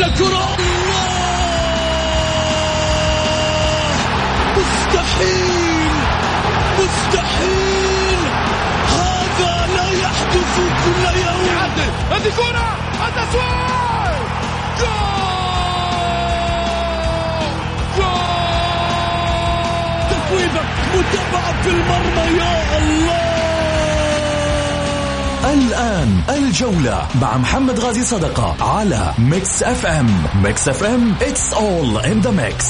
الكرة، مستحيل مستحيل، هذا لا يحدث كل يوم. هذه كرة التسويق، جول تسويبة متابعة في المرمى، يا الله. الآن الجولة مع محمد غازي صدقة على ميكس اف ام. ميكس اف ام it's all in the mix.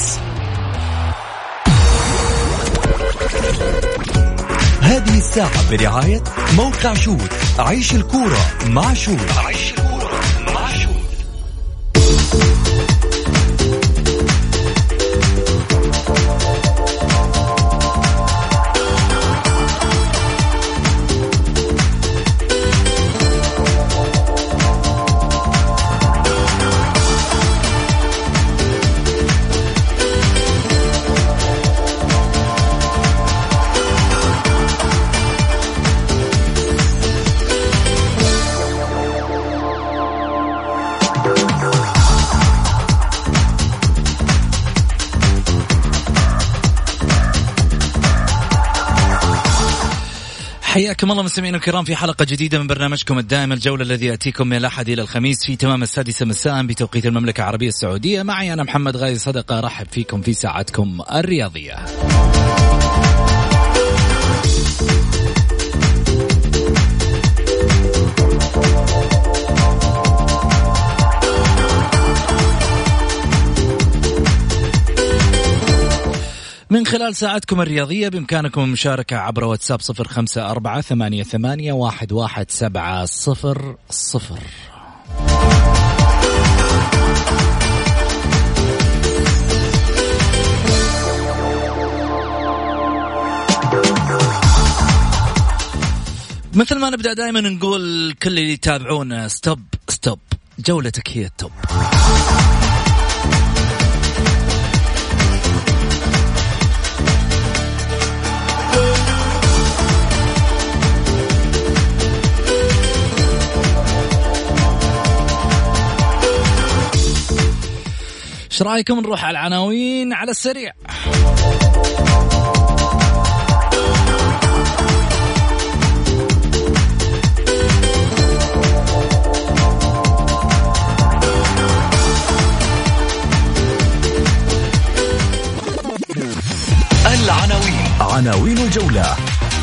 هذه الساعة برعاية موقع شوت. عيش الكورة مع شوت. حياكم الله مستمعينا الكرام في حلقة جديدة من برنامجكم الدائم الجولة، الذي يأتيكم من الأحد إلى الخميس في تمام 6 مساء بتوقيت المملكة العربية السعودية. معي أنا محمد غازي صدقة، أرحب فيكم في ساعتكم الرياضية. من خلال ساعتكم الرياضية بإمكانكم المشاركة عبر واتساب 0548811700. مثل ما نبدأ دائما نقول كل اللي يتابعون ستوب ستوب، جولتك هي التوب. ايش رايكم نروح على العناوين على السريع؟ عناوين الجولة.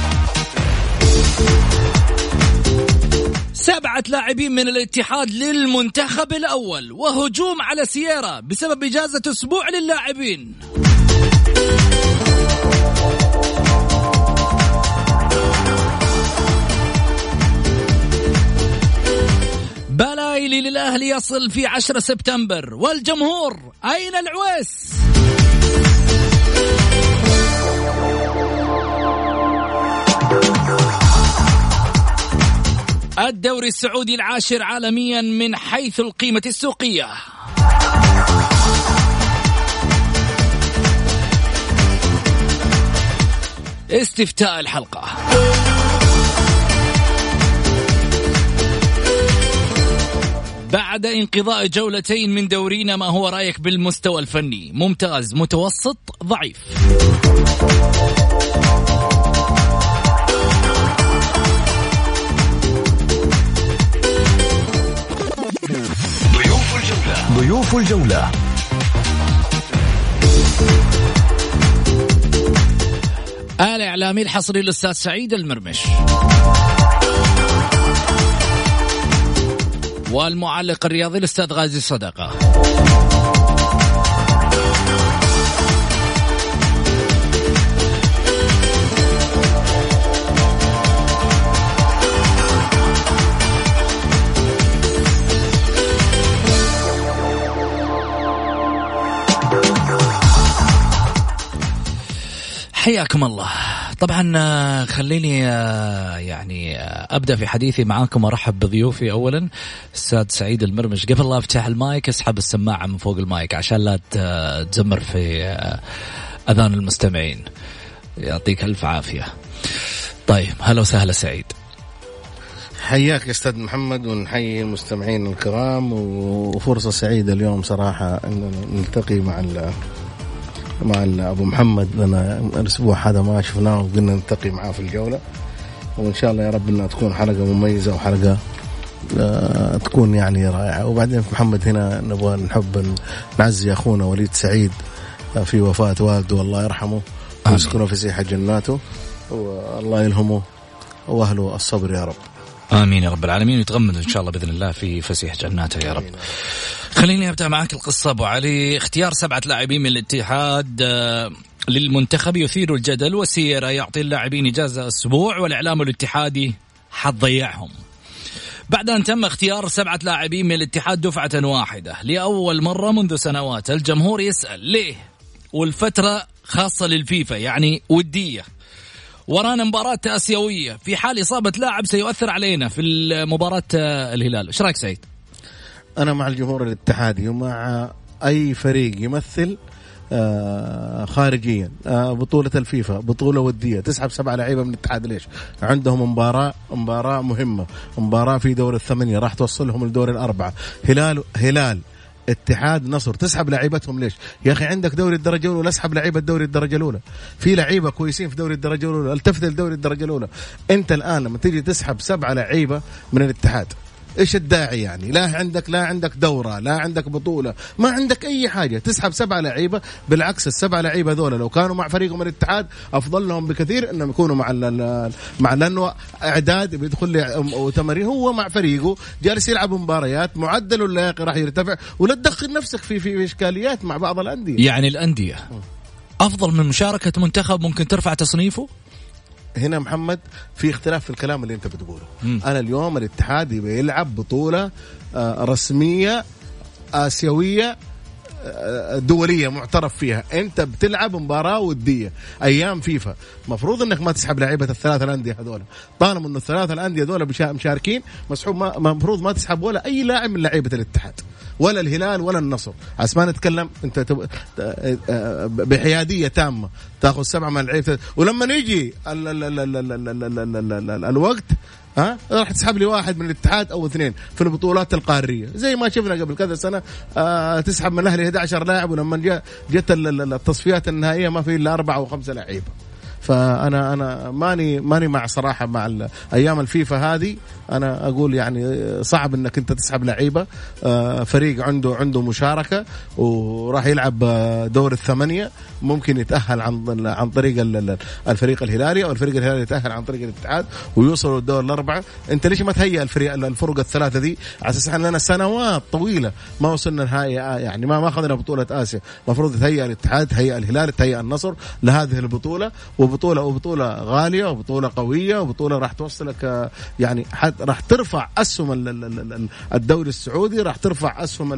7 لاعبين من الاتحاد للمنتخب الأول، وهجوم على سييرا بسبب إجازة أسبوع للاعبين. بلايلي للأهلي يصل في 10 سبتمبر، والجمهور أين العويس؟ الدوري السعودي العاشر عالميا من حيث القيمة السوقية. استفتاء الحلقة. بعد انقضاء جولتين من دورينا، ما هو رأيك بالمستوى الفني؟ ممتاز، متوسط، ضعيف؟ ضيوف الجولة. الإعلامي الحصري الأستاذ سعيد المرمش، والمعلق الرياضي الأستاذ غازي صدقة. حياكم الله. طبعا خليني يعني أبدأ في حديثي معاكم وأرحب بضيوفي. أولا أستاذ سعيد المرمش. قبل لا أفتح المايك اسحب السماعة من فوق المايك عشان لا تزمر في أذان المستمعين. يعطيك ألف عافية. طيب هلا وسهلا سعيد. حياك يا أستاذ محمد، ونحيي المستمعين الكرام، وفرصة سعيدة اليوم صراحة أن نلتقي مع أبو محمد. لنا الأسبوع هذا ما شفناه وقلنا نلتقي معاه في الجولة، وإن شاء الله يا رب أنها تكون حلقة مميزة وحلقة تكون يعني رائعة. وبعدين في محمد هنا نبغى نحب نعزي أخونا وليد سعيد في وفاة والده، والله يرحمه ويسكنه في سيحة جناته، والله يلهمه وأهله الصبر يا رب. آمين يا رب العالمين، ويتغمد إن شاء الله بإذن الله في فسيح جناته يا رب. خليني أبدأ معك القصة أبو علي. اختيار 7 لاعبين من الاتحاد للمنتخب يثير الجدل، وسيرة يعطي اللاعبين إجازة أسبوع، والإعلام الاتحادي حتضيعهم. بعد أن تم اختيار 7 لاعبين من الاتحاد دفعة واحدة لأول مرة منذ سنوات، الجمهور يسأل ليه، والفترة خاصة للفيفا يعني ودية، ورانا مباراة آسيوية، في حال إصابة لاعب سيؤثر علينا في مباراة الهلال. ايش رايك سعيد؟ أنا مع الجمهور الاتحادي ومع أي فريق يمثل خارجيا بطولة الفيفا، بطولة ودية، تسحب 7 لعيبة من الاتحاد. ليش؟ عندهم مباراة مهمة، مباراة في دور الثمانية راح توصلهم لدور الأربعة. هلال اتحاد نصر، تسحب لعيبتهم ليش؟ يا أخي عندك دوري الدرجة الأولى، لا اسحب لعيبة دوري الدرجة الأولى، في لعيبة كويسين في دوري الدرجة الأولى، التفت لدوري الدرجة الأولى. أنت الآن لما تيجي تسحب 7 لعيبة من الاتحاد، إيش الداعي يعني؟ لا عندك دورة، لا عندك بطولة، ما عندك أي حاجة، تسحب 7 لعيبة. بالعكس ال7 لعيبة ذولا لو كانوا مع فريقهم الاتحاد أفضل لهم بكثير إنهم يكونوا مع لأنه إعداد بيدخل وتمارين، هو مع فريقه جالس يلعب مباريات، معدله اللياقي راح يرتفع، ولا تدخل نفسك في إشكاليات مع بعض الأندية. يعني الأندية أفضل من مشاركة منتخب ممكن ترفع تصنيفه. هنا محمد في اختلاف في الكلام اللي انت بتقوله. انا اليوم الاتحاد يبي يلعب بطولة رسمية آسيوية دولية معترف فيها، انت بتلعب مباراة ودية ايام فيفا، مفروض انك ما تسحب لعيبة ال3 الأندية هذول، طالما انه ال3 الأندية هذول مشاركين مسحوب، مفروض ما تسحب ولا اي لاعب من لعيبة الاتحاد ولا الهلال ولا النصر. عشان نتكلم انت بحيادية تامة، تاخذ 7 من لعيبة، ولما نيجي الوقت راح تسحب لي 1 من الاتحاد أو 2 في البطولات القارية، زي ما شفنا قبل كذا سنة تسحب من الأهلي 11 لاعب، ولما جت التصفيات النهائية ما في إلا 4 أو 5 لعيبة. فأنا ماني مع صراحة مع أيام الفيفا هذه. أنا أقول يعني صعب إنك أنت تسحب لعيبة فريق عنده مشاركة وراح يلعب دور الثمانية، ممكن يتأهل عن طريق الفريق الهلالي، أو الفريق الهلالي يتأهل عن طريق الاتحاد ويوصلوا الدور الأربعة. أنت ليش ما تهيئ الفرق ال3 دي؟ على أساس إحنا لنا سنوات طويلة ما وصلنا نهائي، يعني ما أخذنا بطولة آسيا. مفروض تهيئ الاتحاد، تهيئ الهلال، تهيئ النصر لهذه البطولة، وبطولة غالية وبطولة قوية وبطولة راح توصلك يعني راح ترفع أسهم الدوري السعودي، راح ترفع أسهم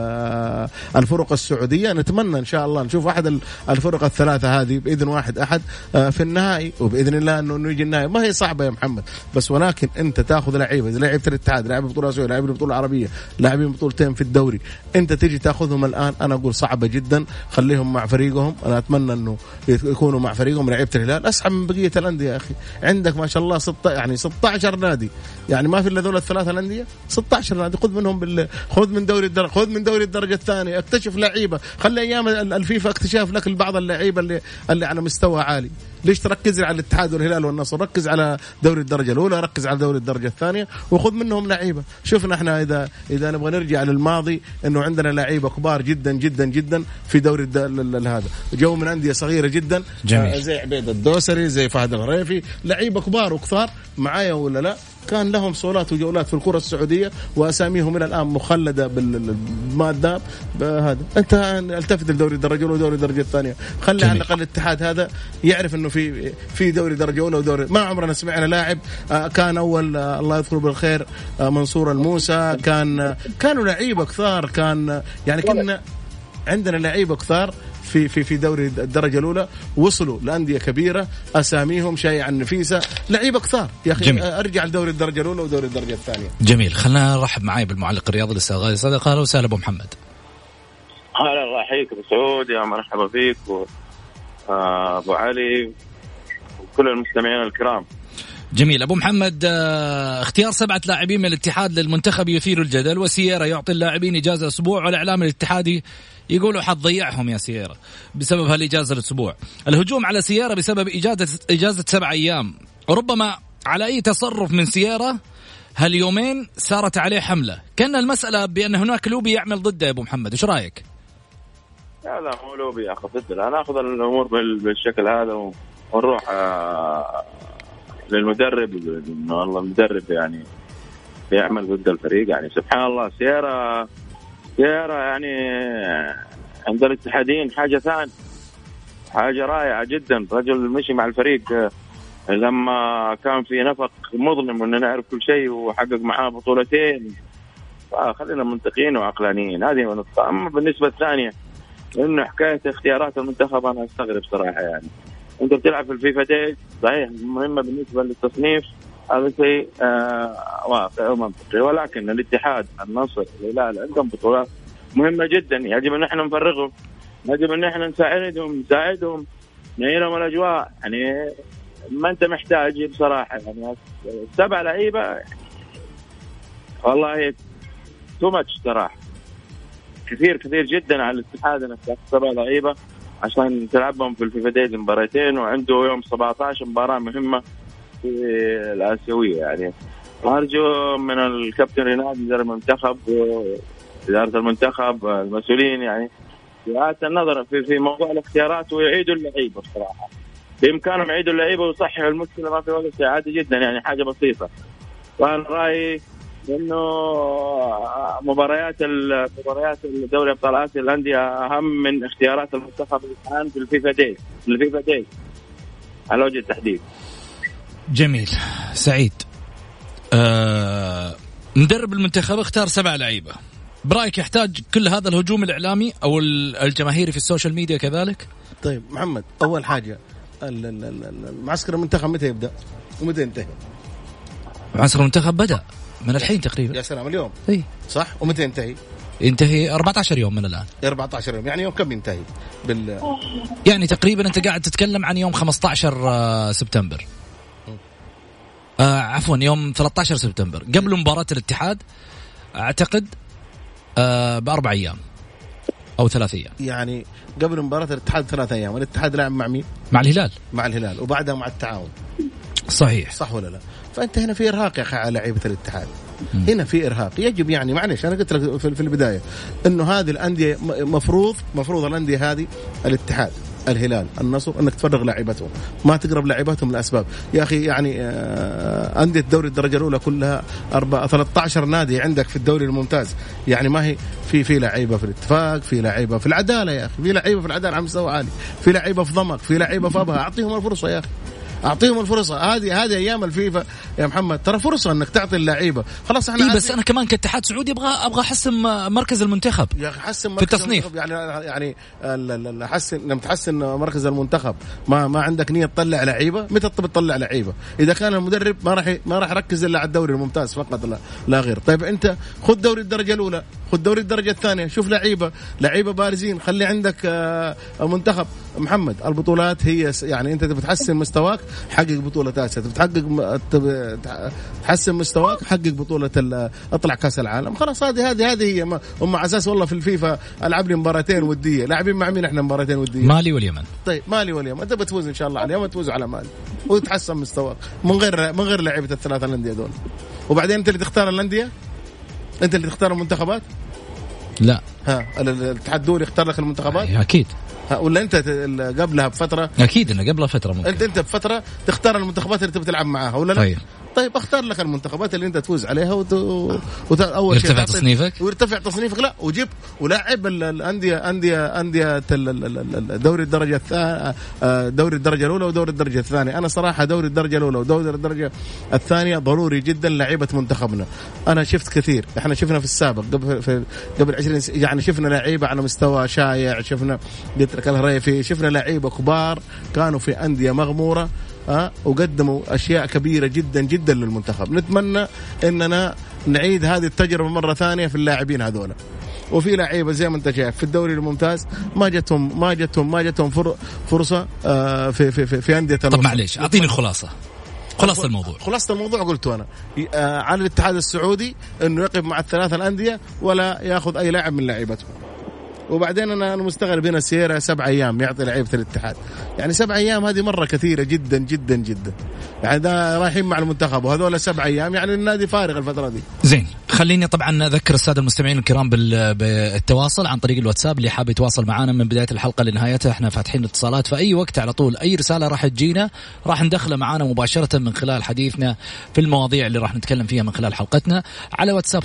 الفرق السعودية. نتمنى إن شاء الله نشوف أحد الفرق ال3 هذه بإذن واحد أحد في النهائي، وبإذن الله إنه يجي النهائي. ما هي صعبة يا محمد، بس ولكن أنت تأخذ لعيبة زي لعيبة الاتحاد، لعيبة بطولة آسيوية، لعيبة بطولة عربية، لاعبين بطولتين في الدوري، أنت تيجي تأخذهم الآن. أنا أقول صعبة جدا، خليهم مع فريقهم. أنا أتمنى إنه يكونوا مع فريقهم. لعيبة الهلال أسحب من بقية الأندية يا أخي، عندك ما شاء الله 16 نادي، يعني ما في إلا دولة 3 الأندية، 16 نادي، خذ منهم خذ من دوري الدرجة الثانية، اكتشف لعيبة، خلي أيام الفيفا اكتشاف لك بعض اللعيبة اللي على مستوى عالي. ليش تركز على الاتحاد والهلال والنصر؟ ركز على دوري الدرجة الأولى، ركز على دوري الدرجة الثانية، وخذ منهم لعيبة. شوفنا احنا إذا نبغى نرجع للماضي، إنه عندنا لعيبة كبار جدا جدا جدا في دوري هذا، جو من أندية صغيرة جدا، زي عبيد الدوسري، زي فهد الغريفي، لعيبة كبار وكثار معايا ولا لا، كان لهم صولات وجولات في الكرة السعودية، وأساميهم إلى الآن مخلدة بالمادة. هذا أنت التفت لدوري الدرجة الأولى ودوري الدرجة الثانية، خلي على الأقل الاتحاد هذا يعرف إنه في دوري درجة أولى ودوري. ما عمرنا سمعنا لاعب كان أول الله يذكره بالخير منصور الموسى، كانوا لعيبة كثار، كان يعني كنا عندنا لعيبة كثار في دوري الدرجة الأولى، وصلوا لأندية كبيرة، أساميهم شيء عن نفيسة، لعيبة كثار يا أخي. جميل. أرجع لدوري الدرجة الأولى ودوري الدرجة الثانية. جميل. خلنا نرحب معاي بالمعلق الرياضي الأستاذ غالي صدقة. أهلا وسهلا أبو محمد. هلا، الله يحييك أبو سعود، يا مرحبا فيك أبو علي وكل المستمعين الكرام. جميل. أبو محمد، اختيار 7 لاعبين من الاتحاد للمنتخب يثير الجدل، وسييرا يعطي اللاعبين إجازة أسبوع، والإعلام الاتحادي يقولوا حتضيعهم يا سييرا بسبب هالإجازة الأسبوع. الهجوم على سييرا بسبب إجازة 7 أيام، وربما على أي تصرف من سييرا هاليومين صارت عليه حملة، كان المسألة بأن هناك لوبي يعمل ضده. يا أبو محمد إيش رأيك؟ لا مو لوبي يا أخي، أنا أخذ الأمور بالشكل هذا ونروح للمدرب، إنه والله المدرب يعني بيعمل ضد الفريق. يعني سبحان الله، سيارة يعني عند الاتحادين حاجة ثانية، حاجة رائعة جدا. رجل مشي مع الفريق لما كان في نفق مظلم وإننا نعرف كل شيء، وحقق معاه بطولتين. خلينا منطقيين وعقلانيين، هذه نقطة. أما بالنسبة الثانية إنه حكاية اختيارات المنتخب، أنا أستغرب صراحة. يعني أنت بتلعب في الفيفا داي، صحيح مهمة بالنسبة للتصنيف، هذا شيء واقع ومنطقي، ولكن الاتحاد، النصر، الهلال عندهم بطولات مهمة جدا، يجب أن احنا نفرغهم، يجب أن احنا نساعدهم نعيرهم الأجواء. يعني ما أنت محتاج بصراحة، يعني 7 لعيبة والله تو ماتش صراحة، كثير جدا على الاتحاد انك تاخذ 7 لعيبة عشان تلعبهم في الفيفا دايز مباراتين، وعنده يوم 17 مباراة مهمة في الآسيوية. يعني أرجو من الكابتن ريناد مدرب المنتخب وإدارة المنتخب المسؤولين يعني إعادة النظر في موضوع الاختيارات، ويعيدوا اللعيبة. بصراحة بإمكانهم يعيدوا اللعيبة ويصححوا المشكلة، ما في وقت، عادي جدا، يعني حاجة بسيطة. وأنا رأيي إنه مباريات الدوري أبطال آسيا الأندية أهم من اختيارات المنتخب الآن في الفيفا داي على وجه التحديد. جميل. سعيد، مدرب المنتخب اختار 7 لعيبة، برأيك يحتاج كل هذا الهجوم الإعلامي أو الجماهيري في السوشيال ميديا كذلك؟ طيب محمد، أول حاجة معسكر المنتخب متى يبدأ ومتى ينتهي؟ معسكر المنتخب بدأ من الحين تقريبا. يا سلام، اليوم اي صح. ومتى ينتهي؟ ينتهي 14 يوم من الآن. 14 يوم، يعني يوم كم ينتهي يعني تقريبا أنت قاعد تتكلم عن يوم 15 سبتمبر، عفوا يوم 13 سبتمبر، قبل مباراة الاتحاد أعتقد ب4 أيام أو 3 أيام. يعني قبل مباراة الاتحاد 3 أيام. والاتحاد لعب مع مين؟ مع الهلال وبعدها مع التعاون. صحيح، صح ولا لا؟ فأنت هنا في إرهاق يا أخي على لعيبة الاتحاد. هنا في إرهاق يجب، يعني معلش أنا قلت لك في البداية إنه هذه الأندية مفروض الأندية هذه، الاتحاد، الهلال، النصر، انك تفرغ لاعبتهم، ما تقرب لاعبتهم لاسباب. يا اخي يعني انديه الدوري الدرجه الاولى كلها 13 نادي عندك في الدوري الممتاز، يعني ما هي في لعيبه في الاتفاق، في لعيبه في العداله يا اخي، في لعيبه في العداله على مستوى عالي، في لعيبه في ضمك، في لعيبه في ابها. اعطيهم الفرصه يا اخي، اعطيهم الفرصه. هذه ايام الفيفا يا محمد، ترى فرصه انك تعطي اللعيبه. خلاص احنا بس انا كمان كاتحاد سعودي ابغى احسن مركز المنتخب يا اخي، حسن في التصنيف. يعني حسن، لما تحسن مركز المنتخب ما عندك نيه تطلع لعيبه. متى بتطلع لعيبه؟ اذا كان المدرب ما راح يركز الا على الدوري الممتاز فقط لا غير. طيب انت خذ دوري الدرجه الاولى، خذ دوري الدرجه الثانيه، شوف لعيبه بارزين، خلي عندك منتخب. محمد، البطولات هي يعني انت بتحسن مستواك حقق بطولة آسيا، تحسن مستواك حقق بطولة اطلع كاس العالم. خلاص هذه هي هم على اساس. والله في الفيفا العب لي مباراتين ودية، لاعبين مع مين احنا مباراتين ودية؟ مالي واليمن. طيب مالي واليمن، انت بتفوز ان شاء الله على اليمن، تفوز على مالي وتحسن مستواك من غير لعيبة الثلاثة الأندية دول. وبعدين انت اللي تختار الأندية، انت اللي تختار المنتخبات. لا الاتحاد الدولي يختار لك المنتخبات اكيد، ولا انت قبلها بفتره؟ اكيد انه قبلها فتره ممكن. انت بفتره تختار المنتخبات اللي تبي تلعب معاها ولا لا؟ طيب اختار لك المنتخبات اللي انت تفوز عليها اول شيء يرتفع تصنيفك ويرتفع تصنيفك. لا، وجيب ولاعب انديه دوري الدرجه الثانيه، دوري الدرجه الاولى ودوري الدرجه الثانيه. انا صراحه دوري الدرجه الاولى ودوري الدرجه الثانيه ضروري جدا لعيبه منتخبنا. انا شفت كثير، احنا شفنا في السابق قبل 20 يعني شفنا لعيبه على مستوى شايع، شفنا بيترك الهريفي، شفنا لعيبه كبار كانوا في انديه مغموره وقدموا أشياء كبيرة جدا جدا للمنتخب. نتمنى أننا نعيد هذه التجربة مرة ثانية في اللاعبين هذولا. وفي لعيبة زي ما أنت شايف في الدوري الممتاز ما جتهم فرصة في أندية. طب معليش أعطيني خلاصة الموضوع قلت أنا على الاتحاد السعودي إنه يقف مع الثلاثة الأندية ولا يأخذ أي لاعب من لاعبتهم. وبعدين أنا مستغرب هنا سيارة 7 أيام يعطي لعيبة الاتحاد، يعني 7 أيام هذه مرة كثيرة جدا جدا جدا، يعني ده رايحين مع المنتخب وهذول 7 أيام، يعني النادي فارغ الفترة دي. زين، خليني طبعا أذكر السادة المستمعين الكرام بالتواصل عن طريق الواتساب، اللي حاب يتواصل معنا من بداية الحلقة لنهايتها، احنا فاتحين اتصالات في أي وقت على طول، أي رسالة راح تجينا راح ندخلها معنا مباشرة من خلال حديثنا في المواضيع اللي راح نتكلم فيها من خلال حلقتنا على واتساب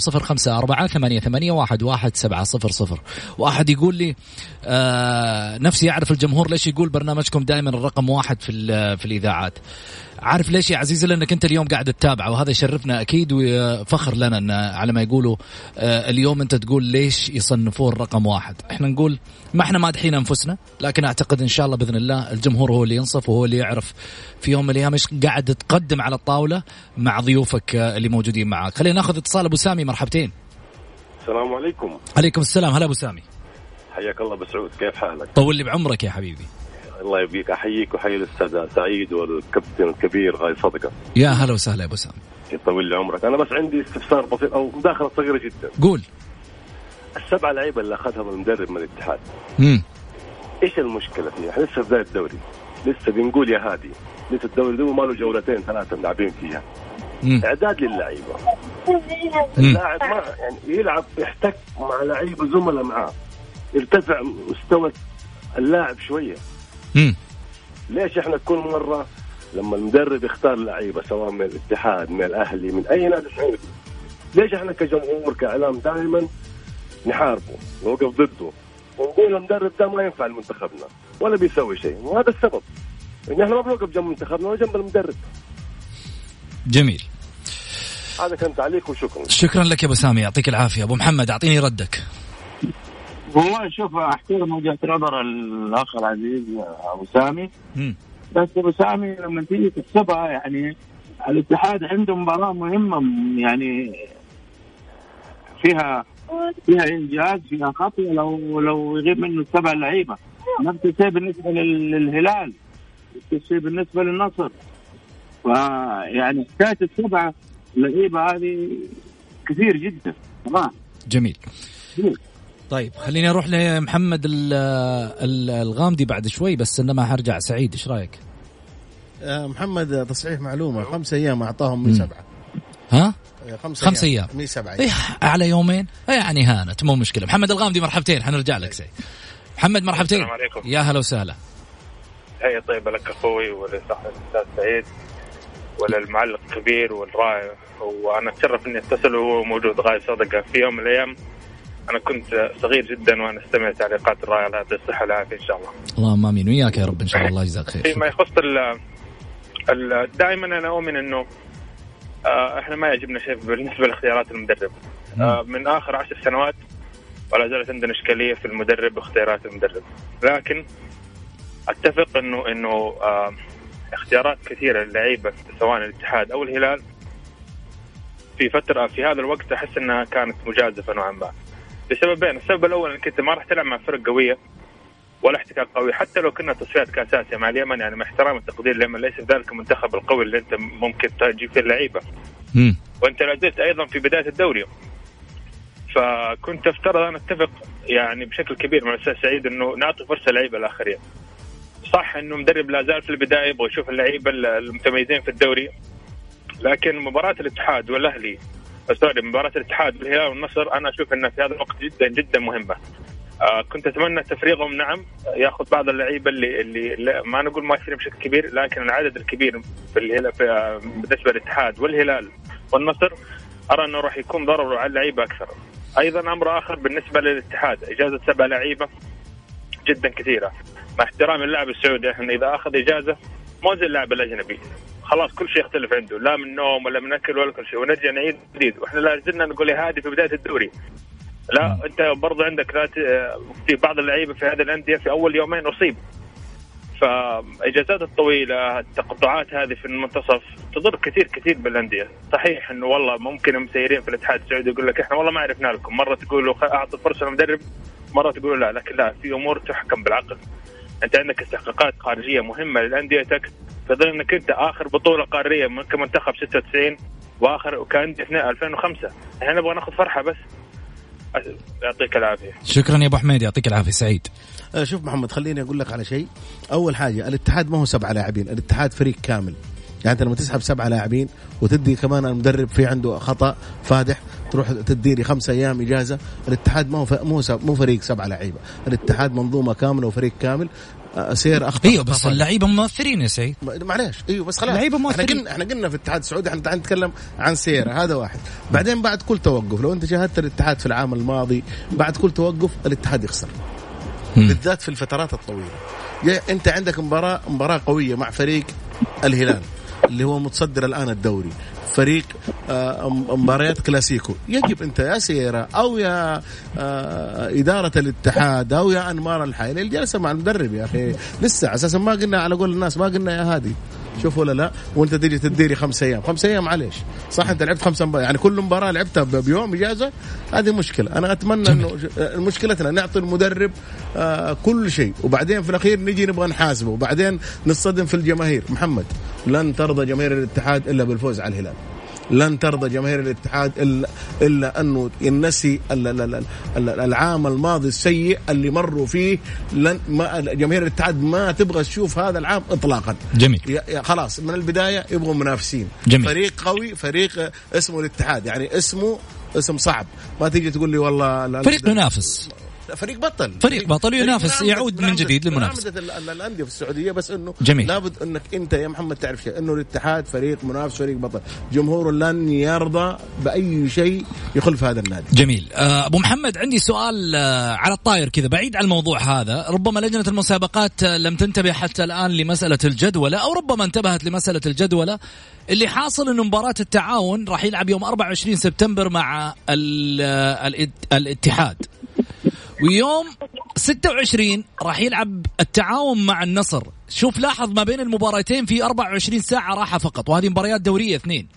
0548811700. واحد يقول لي نفسي يعرف الجمهور ليش يقول برنامجكم دائما الرقم 1 في الإذاعات. عارف ليش يا عزيزي؟ لأنك أنت اليوم قاعد تتابع، وهذا يشرفنا أكيد وفخر لنا أن على ما يقولوا اليوم أنت تقول ليش يصنفوه الرقم 1. إحنا نقول ما إحنا مادحين أنفسنا، لكن أعتقد إن شاء الله بإذن الله الجمهور هو اللي ينصف وهو اللي يعرف في يوم من الأيام إيش قاعد تقدم على الطاولة مع ضيوفك اللي موجودين معك. خلينا ناخذ اتصال أبو سامي. مرحبتين. السلام عليكم. عليكم السلام. هلا أبو سامي. حياك الله بسعود، كيف حالك؟ طول لي بعمرك يا حبيبي. الله يبيك. أحييك وحيي الأستاذ سعيد والكابتن الكبير غاي صدقة. يا هلا وسهلا يا أبو سامي. يطول لي عمرك. أنا بس عندي استفسار بسيط أو مداخلة صغيرة جدا. قول. 7 لعيبة اللي أخذها من المدرب من الاتحاد، إيش المشكلة فيها؟ إحنا لسه بداية الدوري، لسه بنقول يا هادي، لسه الدوري ده ما له جولتين 3 لاعبين فيها. إعداد للعيبة. اللاعب ما يعني يلعب يحتك مع لعيبة زملاء معاه، يرتفع مستوى اللاعب شوية. ليش احنا كل مرة لما المدرب يختار لعيبة سواء من الاتحاد من الأهلي من أي نادي سعودي، ليش احنا كجمهور كإعلام دائما نحاربه نوقف ضده ونقول المدرب ده ما ينفع لمنتخبنا ولا بيسوي شيء؟ وهذا السبب إن احنا ما بنوقف جنب منتخبنا ولا جنب المدرب. جميل. هذا كان تعليق وشكرا. شكرا لك يا أبو سامي، يعطيك العافية. أبو محمد أعطيني ردك. والله شوف، احترم وجهة نظر الأخ العزيز أبو سامي، بس أبو سامي لما تيجي تحسبها يعني الاتحاد عنده مباراة مهمة، يعني فيها إنجاز، فيها خطوة، لو يغيب منه 7 لعيبة. نفس الشيء بالنسبة للهلال، نفس الشيء بالنسبة للنصر. فيعني حكاية 7 لعيبة هذه كثير جدا. تمام. جميل. طيب خليني أروح لمحمد الغامدي بعد شوي، بس إنما هرجع سعيد. إيش رأيك؟ محمد تصحيح معلومة، 5 أيام أعطاهم من 7. ها؟ 5 أيام من 7 أيام. على يومين يعني هانت، مو مشكلة. محمد الغامدي مرحبتين، حنرجع لك سعيد. محمد مرحبتين. السلام عليكم. يا هلا وسهلا. هيا طيبة لك أخوي ولصاحب الأستاذ سعيد وللمعلق الكبير والرائع، وأنا أتشرف إني أتصل وهو موجود غاية صدقة. في يوم من الأيام أنا كنت صغير جدا وأنا استمع تعليقات الرائعة، الله يعطيه الصحة والعافية إن شاء الله. اللهم آمين وياك يا رب إن شاء الله. الله يجزاك خير. فيما يخص دائما أنا أؤمن إنه إحنا ما يعجبنا شيء بالنسبة لاختيارات المدرب. من آخر 10 سنوات ولا زالت عندنا إشكالية في المدرب واختيارات المدرب، لكن أتفق إنه اختيارات كثيرة للعيبة سواء الاتحاد أو الهلال في فترة في هذا الوقت أحس أنها كانت مجازفة نوعا ما لسببين. السبب الأول أنك أنت ما راح تلعب مع فرق قوية ولا احتكاك قوي، حتى لو كنا تصفيات كأس آسيا مع اليمن، يعني مع احترام التقدير اليمن ليس ذلك المنتخب القوي اللي أنت ممكن تجيب فيه اللعيبة، وأنت لازلت أيضا في بداية الدوري. فكنت أفترض أن أتفق يعني بشكل كبير مع الأستاذ سعيد إنه نعطي فرصة للعيبة الآخرين. صح إنه مدرب لا زال في البداية يبغى يشوف اللعيبة المتميزين في الدوري، لكن مباراة الاتحاد والأهلي مباراة الاتحاد والهلال والنصر أنا أشوف أنها في هذا الوقت جدا جدا مهمة. كنت أتمنى تفريغهم، نعم يأخذ بعض اللعيبة اللي ما نقول ما يصير بشكل كبير، لكن العدد الكبير بالنسبة للاتحاد والهلال والنصر أرى أنه راح يكون ضرر على اللعيبة أكثر. أيضا أمر آخر بالنسبة للاتحاد، إجازة 7 لعيبة جدا كثيرة، مع احترام اللاعب السعودي احنا إذا أخذ إجازة مو زي اللاعب الأجنبي، خلاص كل شيء يختلف عنده، لا من نوم ولا من أكل ولا كل شيء، ونرجع نعيد جديد. وإحنا لا زلنا نقول يا هادي في بداية الدوري، لا أنت برضو عندك في بعض اللعيبة في هذه الأندية في أول يومين أصيب، فإجازات الطويلة التقطعات هذه في المنتصف تضر كثير بالأندية. صحيح إنه والله ممكن مسيرين في الاتحاد السعودي يقول لك إحنا والله ما عرفنا لكم، مرة تقولوا أعطوا فرصة للمدرب، مرة تقولوا لا، لكن لا، في أمور تحكم بالعقل. أنت عندك استحقاقات خارجية مهمة للأنديتك، في ظل انك انت اخر بطوله قاريه كمنتخب 96 واخر وكان 2005. احنا نبغى ناخذ فرحه بس. يعطيك العافيه. شكرا يا ابو حميد، يعطيك العافيه. سعيد. شوف محمد، خليني اقول لك على شيء. اول حاجه الاتحاد ما هو 7 لاعبين، الاتحاد فريق كامل. يعني انت لما تسحب 7 لاعبين وتدي كمان المدرب في عنده خطأ فادح تروح تديري 5 أيام إجازة، الاتحاد مو فريق 7 لاعيبة، الاتحاد منظومة كاملة وفريق كامل. سير أخطأ. ايوه بس اللعيبه ممثلين يا سعيد. معليش ايوه بس خلاص اللعيبه ممثلين. احنا قلنا في الاتحاد السعودي احنا نتكلم عن سير، هذا واحد. بعدين بعد كل توقف، لو انت شاهدت الاتحاد في العام الماضي بعد كل توقف الاتحاد يخسر، بالذات في الفترات الطويلة. انت عندك مباراة قوية مع فريق الهلال اللي هو متصدر الآن الدوري، فريق مباريات كلاسيكو. يجب أنت يا سيرة أو يا إدارة الاتحاد أو يا أنمار الحائل الجلسة مع المدرب يا أخي. لسه أساسا ما قلنا، على قول الناس ما قلنا يا هادي شوف ولا لا، وانت تيجي تديري 5 أيام. 5 أيام معليش صح، انت لعبت 5 مباريات، يعني كل مباراة لعبتها بيوم إجازة، هذه مشكلة. أنا أتمنى إنه مشكلتنا نعطي المدرب كل شيء، وبعدين في الأخير نيجي نبغى نحاسبه، وبعدين نصطدم في الجماهير. محمد، لن ترضى جماهير الاتحاد إلا بالفوز على الهلال، لن ترضى جماهير الاتحاد إلا أنه ينسي العام الماضي السيء اللي مروا فيه. جماهير الاتحاد ما تبغى تشوف هذا العام إطلاقا. جميل. خلاص من البداية يبغوا منافسين. جميل. فريق قوي، فريق اسمه الاتحاد، يعني اسم صعب. ما تيجي تقول لي والله فريق ينافس، فريق بطل ينافس، يعود من جديد للمنافسة. الأندية في السعودية، بس إنه جميل. لابد إنك أنت يا محمد تعرف شيء، إنه الاتحاد فريق منافس، فريق بطل، جمهوره لن يرضى بأي شيء يخلف هذا النادي. جميل. أبو محمد، عندي سؤال على الطاير كذا بعيد عن الموضوع هذا. ربما لجنة المسابقات لم تنتبه حتى الآن لمسألة الجدولة، أو ربما انتبهت لمسألة الجدولة. اللي حاصل إنه مباراة التعاون راح يلعب يوم 24 سبتمبر مع الاتحاد، ويوم 26 راح يلعب التعاون مع النصر. شوف لاحظ ما بين المباراتين في 24 ساعة راحة فقط، وهذه مباريات دورية 2.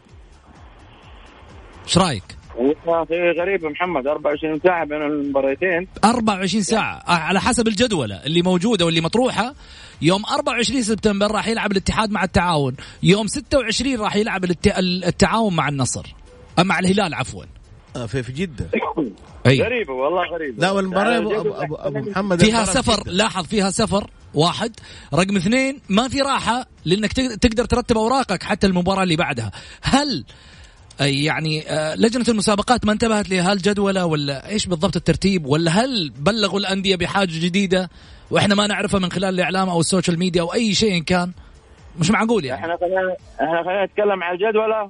ايش رايك؟ غريب محمد، 24 ساعة بين المباراتين. 24 ساعة على حسب الجدولة اللي موجودة واللي مطروحة. يوم 24 سبتمبر راح يلعب الاتحاد مع التعاون، يوم 26 راح يلعب التعاون مع النصر، مع الهلال عفوا، في جدة. غريبة والله غريبة. لا والمباراة أبو محمد فيها سفر، لاحظ فيها سفر. 1 رقم 2 ما في راحة لأنك تقدر ترتب أوراقك حتى المباراة اللي بعدها. هل يعني لجنة المسابقات ما انتبهت لهذا الجدولة، ولا إيش بالضبط الترتيب، ولا هل بلغوا الأندية بحاجة جديدة وإحنا ما نعرفها من خلال الإعلام أو السوشيال ميديا أو أي شيء كان؟ مش معقول يعني. احنا خلينا نتكلم عن الجدولة.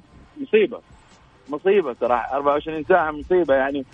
مصيبة صراحة، 24 ساعة مصيبة يعني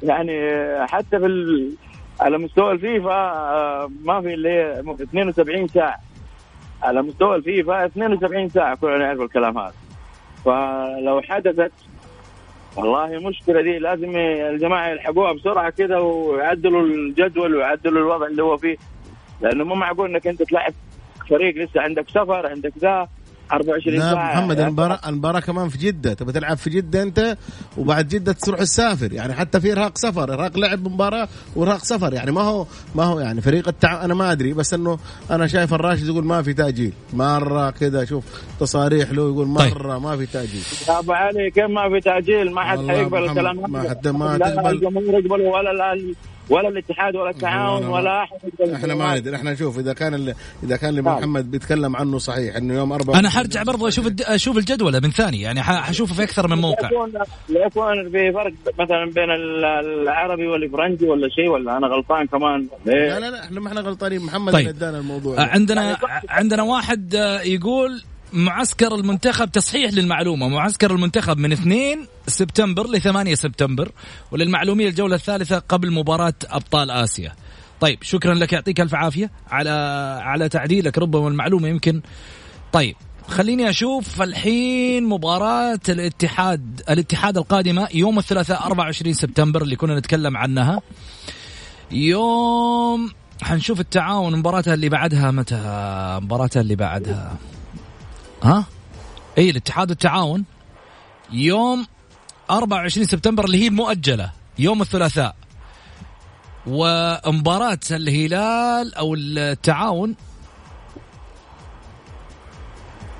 حتى على مستوى الفيفا ما في اللي هي 72 ساعة على مستوى الفيفا، 72 ساعة كلنا نعرف الكلام هذا. فلو حدثت والله مشكلة دي، لازم الجماعة يلحقوها بسرعة كده ويعدلوا الجدول ويعدلوا الوضع اللي هو فيه، لأنه مو معقول إنك أنت تلعب فريق لسه عندك سفر، عندك ذا 24 ساعة. لا محمد، المباراة كمان في جدة، تبى تلعب في جدة أنت، وبعد جدة تروح السافر، يعني حتى في إرهاق سفر، إرهاق لعب مباراة وإرهاق سفر، يعني ما هو يعني فريق أنا ما أدري، بس إنه أنا شايف الراشد يقول ما في تأجيل مرة كذا، شوف تصاريح له يقول مرة ما في تأجيل. يا أبو علي كم ما في تأجيل؟ ما حد حيقبل الكلام، ما حد ما تقبل الجمهور يقبل ولا الاتحاد ولا التعاون ولا أحد. احنا ما ندري، احنا نشوف اذا كان اللي محمد بيتكلم عنه صحيح انه يوم 4. انا حرجع برضه اشوف الجدولة من ثاني، يعني حشوفه في اكثر من موقع. لا يكون في فرق مثلا بين العربي والفرنسي ولا شيء، ولا انا غلطان كمان؟ لا احنا ما احنا غلطانين. محمد اللي ادانا الموضوع. عندنا واحد يقول معسكر المنتخب، تصحيح للمعلومة، معسكر المنتخب من 2 سبتمبر ل 8 سبتمبر، وللمعلومية الجولة الثالثة قبل مباراة أبطال آسيا. طيب شكرا لك، يعطيك ألف عافية على تعديلك، ربما المعلومة يمكن. طيب خليني أشوف الحين مباراة الاتحاد القادمة يوم الثلاثاء 24 سبتمبر اللي كنا نتكلم عنها. يوم حنشوف التعاون مباراتها اللي بعدها متى؟ مباراتها اللي بعدها الاتحاد والتعاون يوم 24 سبتمبر اللي هي المؤجلة يوم الثلاثاء، ومباراة الهلال أو التعاون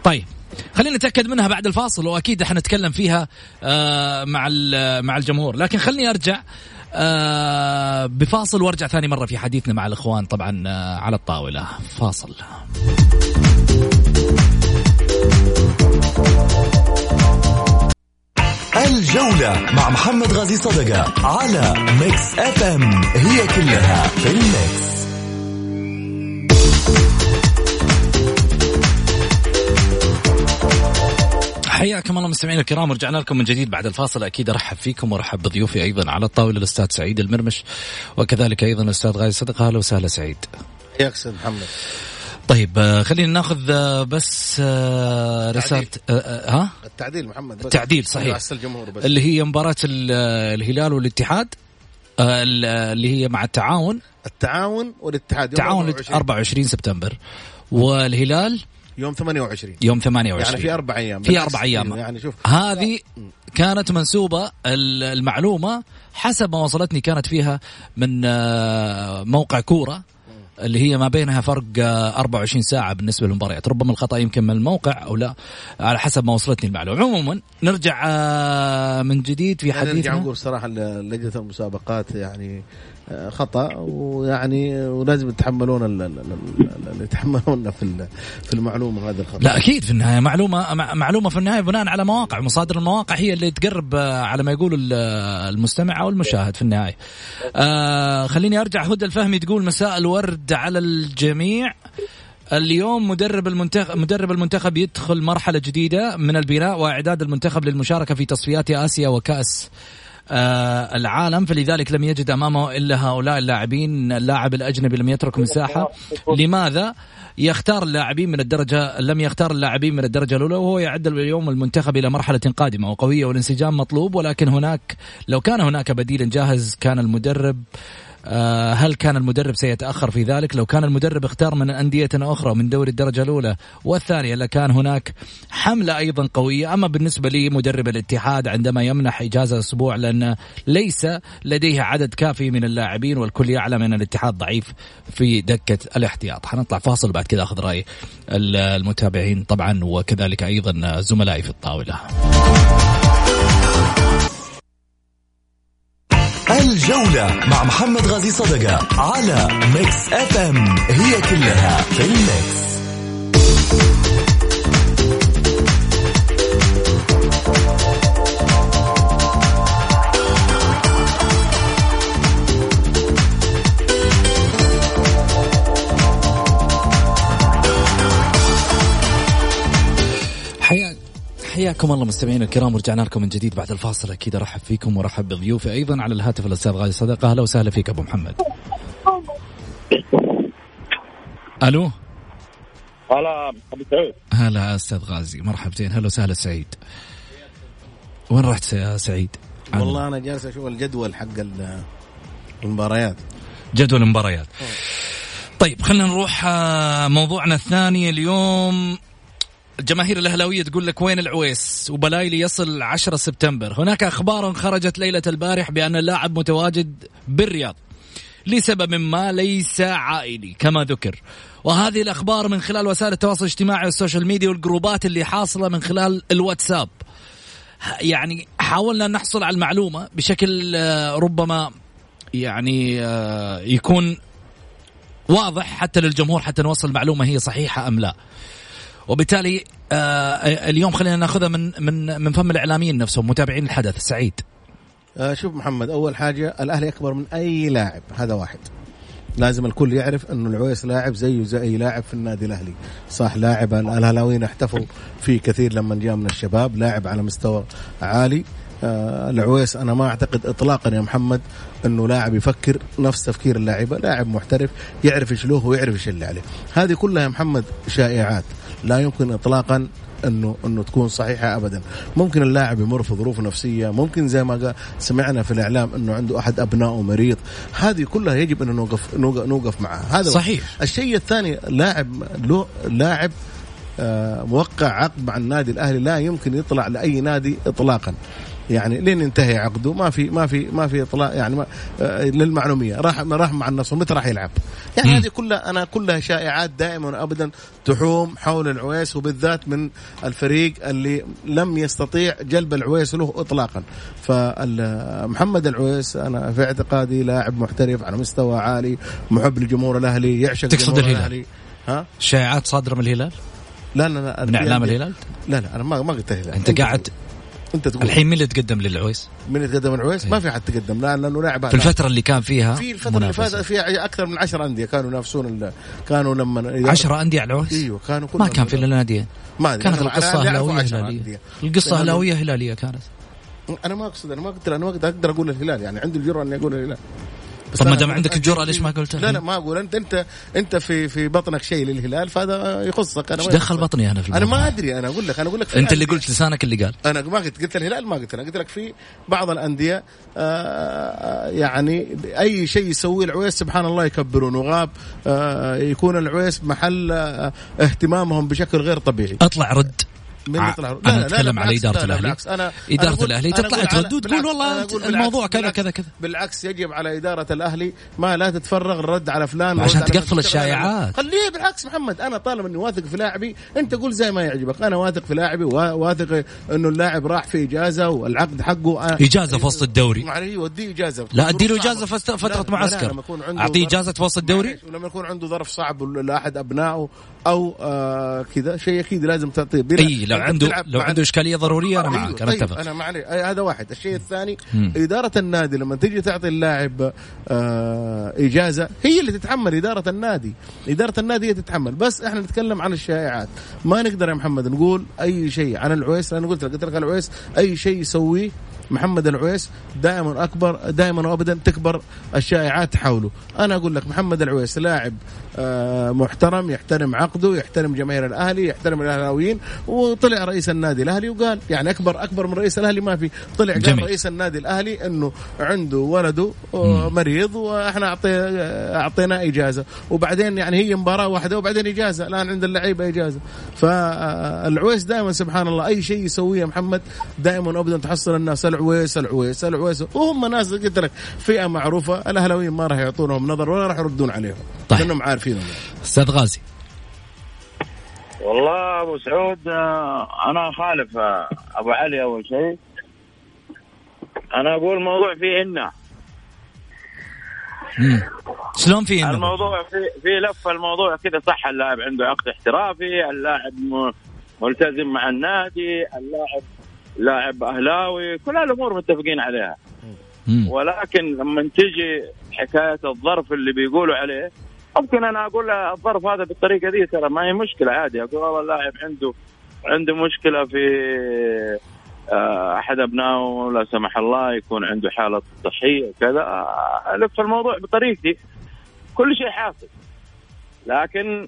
طيب خلينا نتأكد منها بعد الفاصل، وأكيد حنتكلم فيها مع الجمهور، لكن خليني أرجع بفاصل وارجع ثاني مرة في حديثنا مع الإخوان طبعا على الطاولة. فاصل. الجولة مع محمد غازي صدقة على ميكس اف ام، هي كلها في الميكس. حياكم الله مستمعينا الكرام، ورجعنا لكم من جديد بعد الفاصل. أكيد أرحب فيكم وأرحب بضيوفي أيضا على الطاولة، الأستاذ سعيد المرمش وكذلك أيضا الأستاذ غازي صدقة. أهلا وسهلا سعيد. حياك سيد محمد. طيب خلينا ناخذ بس رسالة التعديل محمد، بس التعديل صحيح بس. اللي هي مباراة الهلال والاتحاد اللي هي مع التعاون والاتحاد التعاون 24 سبتمبر، والهلال يوم 28 يعني في 4 أيام في 4 أيام. يعني شوف هذه كانت منسوبة المعلومة حسب ما وصلتني، كانت فيها من موقع كورة اللي هي ما بينها فرق 24 ساعة بالنسبة للمباريات. ربما الخطأ يمكن من الموقع أو لا، على حسب ما وصلتني المعلومة. عموما نرجع من جديد في حديثنا. نرجع نقول صراحة لجنة المسابقات يعني خطأ، ويعني ولازم يتحملون يتحملون في المعلومة هذا الخطأ. لا أكيد في النهاية معلومة في النهاية بناء على مواقع، مصادر المواقع هي اللي تقرب على ما يقول المستمع أو المشاهد في النهاية. خليني أرجع. هدى الفهمي تقول مساء الورد على الجميع. اليوم مدرب المنتخب يدخل مرحلة جديدة من البناء وإعداد المنتخب للمشاركة في تصفيات آسيا وكأس العالم، فلذلك لم يجد أمامه إلا هؤلاء اللاعبين. اللاعب الأجنبي لم يترك مساحة. لماذا يختار اللاعبين من الدرجة لم يختار اللاعبين من الدرجة الأولى وهو يعد اليوم المنتخب إلى مرحلة قادمة وقوية والانسجام مطلوب؟ ولكن لو كان هناك بديل جاهز كان المدرب هل كان المدرب سيتأخر في ذلك؟ لو كان المدرب اختار من أندية أخرى من دوري الدرجة الأولى والثانية لكان هناك حملة أيضا قوية. أما بالنسبة لي مدرب الاتحاد عندما يمنح إجازة أسبوع لأن ليس لديه عدد كافي من اللاعبين، والكل يعلم أن الاتحاد ضعيف في دكة الاحتياط. حنطلع فاصل بعد كده أخذ رأي المتابعين طبعا وكذلك أيضا زملائي في الطاولة. الجولة مع محمد غازي صدقة على ميكس اف ام، هي كلها في الميكس. حياكم الله مستمعين الكرام، ورجعنا لكم من جديد بعد الفاصل. أكيد أرحب فيكم ورحب بضيوفي أيضا على الهاتف الأستاذ غازي صدقة. أهلا وسهلا فيك أبو محمد. ألو. هلا أبو سعيد. هلا أستاذ غازي، مرحبتين. هلا وسهلا سعيد. وين رحت يا سعيد؟ والله أنا جالس أشوف الجدول حق المباريات. جدول المباريات. طيب خلينا نروح موضوعنا الثاني اليوم. الجماهير الأهلاوية تقول لك وين العويس وبلايلي يصل 10 سبتمبر. هناك أخبار خرجت ليلة البارح بأن اللاعب متواجد بالرياض لسبب ما ليس عائلي كما ذكر، وهذه الأخبار من خلال وسائل التواصل الاجتماعي والسوشيال ميديا والجروبات اللي حاصلة من خلال الواتساب. يعني حاولنا نحصل على المعلومة بشكل ربما يعني يكون واضح حتى للجمهور، حتى نوصل المعلومة هي صحيحة أم لا. وبالتالي اليوم خلينا ناخذها من فم الإعلاميين نفسهم متابعين الحدث. سعيد. شوف محمد، أول حاجة الأهلي أكبر من أي لاعب، هذا واحد. لازم الكل يعرف أنه العويس لاعب زيه زي أي لاعب في النادي الأهلي. صح، لاعب الأهلاويين احتفوا فيه كثير لما جاء من الشباب، لاعب على مستوى عالي. العويس أنا ما أعتقد إطلاقا يا محمد أنه لاعب يفكر نفس تفكير اللاعب. لاعب محترف يعرف إيش له ويعرف إيش اللي عليه. هذه كلها يا محمد شائعات لا يمكن إطلاقا أنه تكون صحيحة أبدا. ممكن اللاعب يمر في ظروف نفسية، ممكن زي ما سمعنا في الإعلام أنه عنده أحد أبنائه مريض. هذه كلها يجب أن نوقف معها. هذا صحيح. الشيء الثاني، لاعب موقع عقد مع النادي الأهلي لا يمكن يطلع لأي نادي إطلاقا. يعني لين انتهي عقده ما في اطلاع يعني للمعلوميه، راح مع النصر متى راح يلعب. يعني هذه كلها شائعات دائما ابدا تحوم حول العويس، وبالذات من الفريق اللي لم يستطيع جلب العويس له اطلاقا. فمحمد العويس انا في اعتقادي لاعب محترف على مستوى عالي، محب لجمهور الاهلي، يعشق تقصد جمهور الهلال؟ ها شائعات صادره من الهلال؟ لا من اعلام الهلال؟ لا انا ما قلت الهلال. انت قاعد انت تقول الحين مين اللي تقدم للعويس؟ من يتقدم العويس؟ ما في حد تقدم، لانه لاعب في الفتره اللي كان فيها، في الفتره اللي فاتت فيها اكثر من 10 انديه كانوا ينافسون، كانوا لما 10 انديه على العويس. ايوه كانوا ما كان في الا ناديين، كانت القصه اهلاويه هلاليه، القصه اهلاويه هلاليه كانت. انا ما اقصد، انا ما اقدر اقول الهلال، يعني عندي الجرأة اني اقول الهلال. طب ما دام عندك الجرأة ليش ما قلتها؟ لا ما اقول. انت في بطنك شيء للهلال، فهذا يخصك. انا ايش دخل بطني انا في الموضوع؟ انا ما ادري، انا اقول لك انت اللي قلت، لسانك اللي قال. انا ما قلت الهلال، ما قلت. انا قلت لك في بعض الانديه يعني اي شيء يسويه العويس سبحان الله يكبرون، وغاب يكون العويس محل اهتمامهم بشكل غير طبيعي. اطلع رد. أنا أتكلم على إدارة الأهلي. إدارة الأهلي تطلع ترد وتقول والله الموضوع كذا كذا كذا. بالعكس يجب على إدارة الأهلي ما لا تتفرغ الرد على فلان عشان تقفل الشائعات. خليه بالعكس محمد، أنا طالما إني واثق في لاعبي، أنت قول زي ما يعجبك. أنا واثق في لاعبي، واثق إنه اللاعب راح في إجازة والعقد حقه إجازة في وسط الدوري. معليه وديه إجازة. لا أديله إجازة فترة معسكر. أعطيه إجازة في وسط الدوري. ولما يكون عنده ظرف صعب لأحد أبنائه أو كذا شيء أكيد لازم تعطيه. لو عنده إشكالية ضرورية أنا معك، أنا أتفق. أنا معي هذا واحد. الشيء الثاني إدارة النادي لما تيجي تعطي اللاعب إجازة هي اللي تتحمل. إدارة النادي هي تتحمل. بس إحنا نتكلم عن الشائعات. ما نقدر يا محمد نقول أي شيء عن العويس. أنا قلت لك العويس أي شيء يسويه محمد العويس دائما وابدا تكبر الشائعات حوله. انا اقول لك محمد العويس لاعب محترم، يحترم عقده، يحترم جماهير الاهلي، يحترم الاهلاويين. وطلع رئيس النادي الاهلي وقال يعني اكبر من رئيس الاهلي ما في. طلع قال رئيس النادي الاهلي انه عنده ولده مريض واحنا اعطيناه اجازه، وبعدين يعني هي مباراه واحده وبعدين اجازه. الان عند اللعيبه اجازه. فالعويس دائما سبحان الله اي شيء يسويه محمد دائما وابدا تحصل الناس العويس وهم ناس قلت لك فئة معروفة. الأهلاويين ما راح يعطونهم نظر ولا راح يردون عليهم. طيب. لأنهم عارفينهم. أستاذ غازي. والله أبو سعود أنا خالف أبو علي. أول شيء أنا أقول الموضوع فيه إنه شلون فيه إنه الموضوع في لفة. الموضوع كذا صح. اللاعب عنده عقد احترافي، اللاعب ملتزم مع النادي، لاعب أهلاوي، كل الأمور متفقين عليها. ولكن لما تيجي حكاية الظرف اللي بيقولوا عليه، ممكن أنا أقول الظرف هذا بالطريقة دي ترى ما هي مشكلة، عادي. أقول والله اللاعب عنده مشكلة في أحد أبنائه لا سمح الله يكون عنده حالة صحية وكذا، ألف الموضوع بطريقتي. كل شيء حاصل، لكن